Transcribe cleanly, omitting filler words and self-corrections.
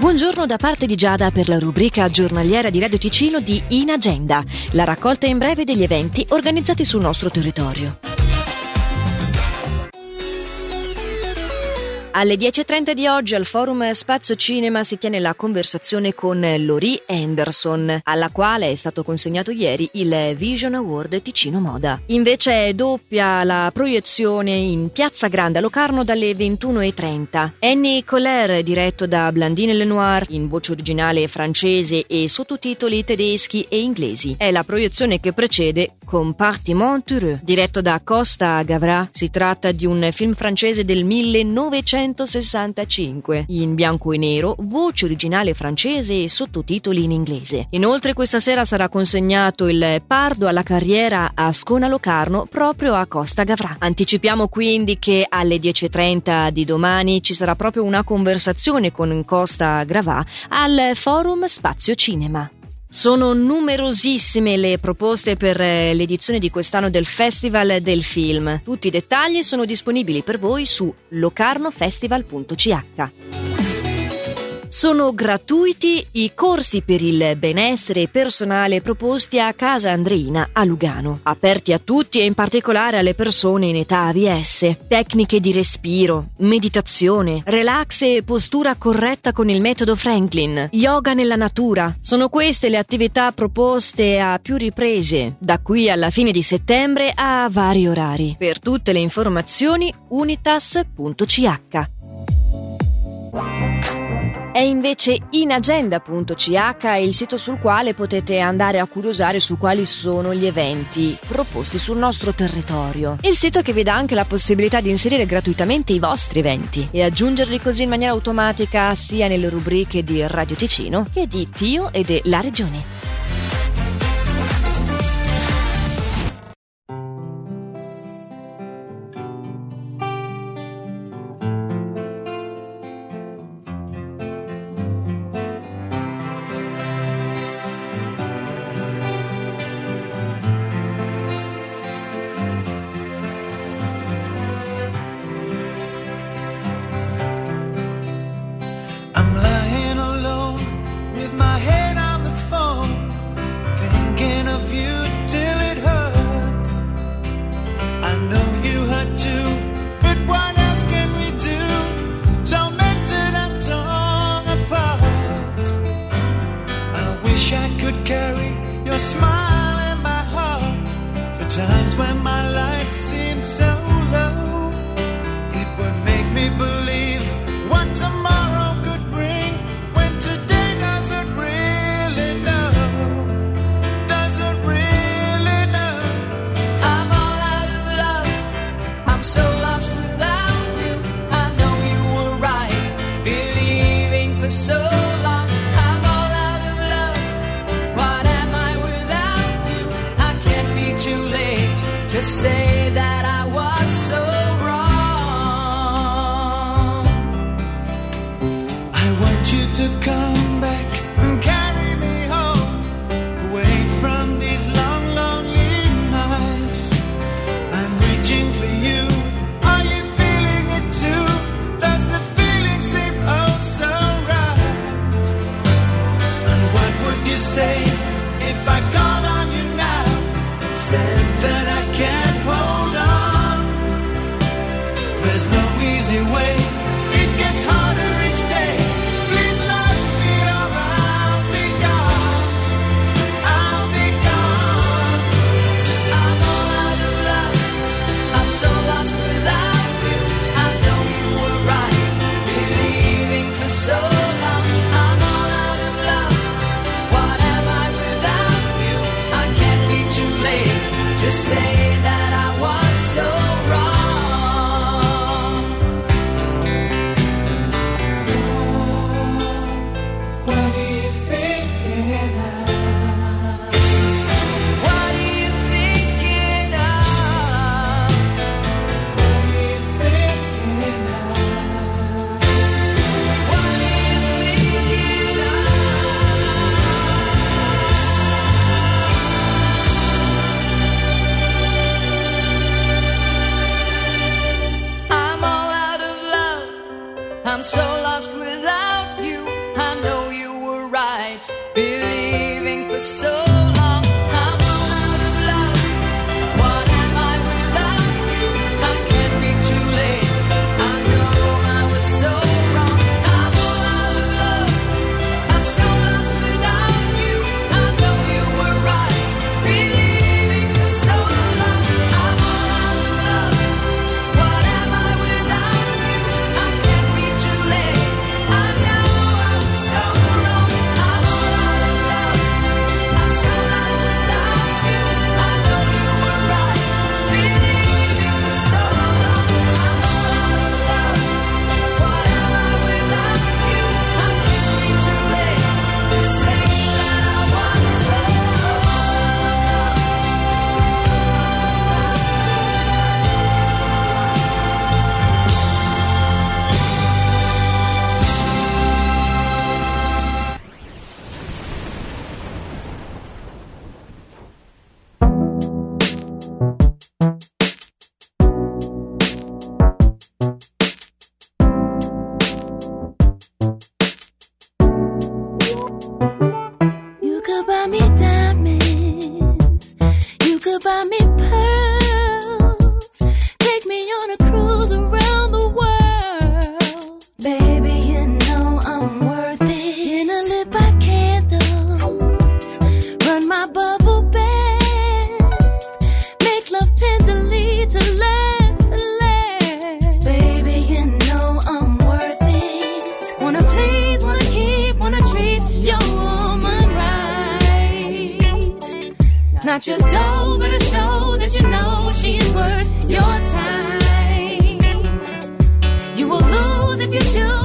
Buongiorno da parte di Giada per la rubrica giornaliera di Radio Ticino di In Agenda, la raccolta in breve degli eventi organizzati sul nostro territorio. Alle 10.30 di oggi al Forum Spazio Cinema si tiene la conversazione con Laurie Anderson, alla quale è stato consegnato ieri il Vision Award Ticino Moda. Invece è doppia la proiezione in Piazza Grande a Locarno dalle 21.30. Annie Colère, diretto da Blandine Lenoir, in voce originale francese e sottotitoli tedeschi e inglesi. È la proiezione che precede Compartiment Heureux, diretto da Costa Gavras. Si tratta di un film francese del 1965, in bianco e nero, voce originale francese e sottotitoli in inglese. Inoltre questa sera sarà consegnato il Pardo alla carriera a Ascona Locarno proprio a Costa Gavras. Anticipiamo quindi che alle 10.30 di domani ci sarà proprio una conversazione con Costa Gavras al Forum Spazio Cinema. Sono numerosissime le proposte per l'edizione di quest'anno del Festival del Film. Tutti i dettagli sono disponibili per voi su locarnofestival.ch. Sono gratuiti i corsi per il benessere personale proposti a Casa Andreina a Lugano, aperti a tutti e in particolare alle persone in età AVS. Tecniche di respiro, meditazione, relax e postura corretta con il metodo Franklin, yoga nella natura. Sono queste le attività proposte a più riprese, da qui alla fine di settembre a vari orari. Per tutte le informazioni unitas.ch. È invece inagenda.ch il sito sul quale potete andare a curiosare su quali sono gli eventi proposti sul nostro territorio. Il sito che vi dà anche la possibilità di inserire gratuitamente i vostri eventi e aggiungerli così in maniera automatica sia nelle rubriche di Radio Ticino che di Tio e della Regione. I'm lying alone with my head on the phone, thinking of you till it hurts. I know you hurt too, but what else can we do? Tormented and torn apart. I wish I could carry your smile in my heart for times when my life seems so low. It would make me believe what tomorrow so long, I'm all out of love. What am I without you? I can't be too late to say that I was so wrong. I want you to come back and carry me home, away from these long, lonely nights. I'm reaching for you. Are you feeling it too? Does the feeling seem oh so you say if I called on you now and said that I can't hold on? There's no easy way, it gets harder each day. Please love me or I'll be gone. I'll be gone. I'm all out of love, I'm so lost without you. I know you were right, believing for so long. I'm all out of love. What am I without you? I can't be too late to say that I was so wrong. What are you thinking of? What are you thinking of? What are you thinking of? What are you thinking of? I'm all out of love, I'm so lost without you. I know you were right, believing for so long. I'm all out of love. What am I without you? I can't be too late. I know I was so wrong. I'm all out of love. I'm so lost without you. I know you were right, believing for so long. I'm all out of love. What am I without you? I can't be too late. I know I was so wrong. I'm all out of love. I'm so lost without you. I know you were right, believing for so long. I'm all out of love. What am I without you? I can't be too late to say that I was so You could buy me diamonds, you could buy me pearls, take me on a cruise around the world. Baby, you know I'm worth it. Dinner lit by candles, run my bubble bath, make love tenderly to last and last. Baby, you know I'm worth it. Wanna please, wanna keep, wanna treat your woman right. Not just dough, but a show that you know she's worth your time. You will lose if you choose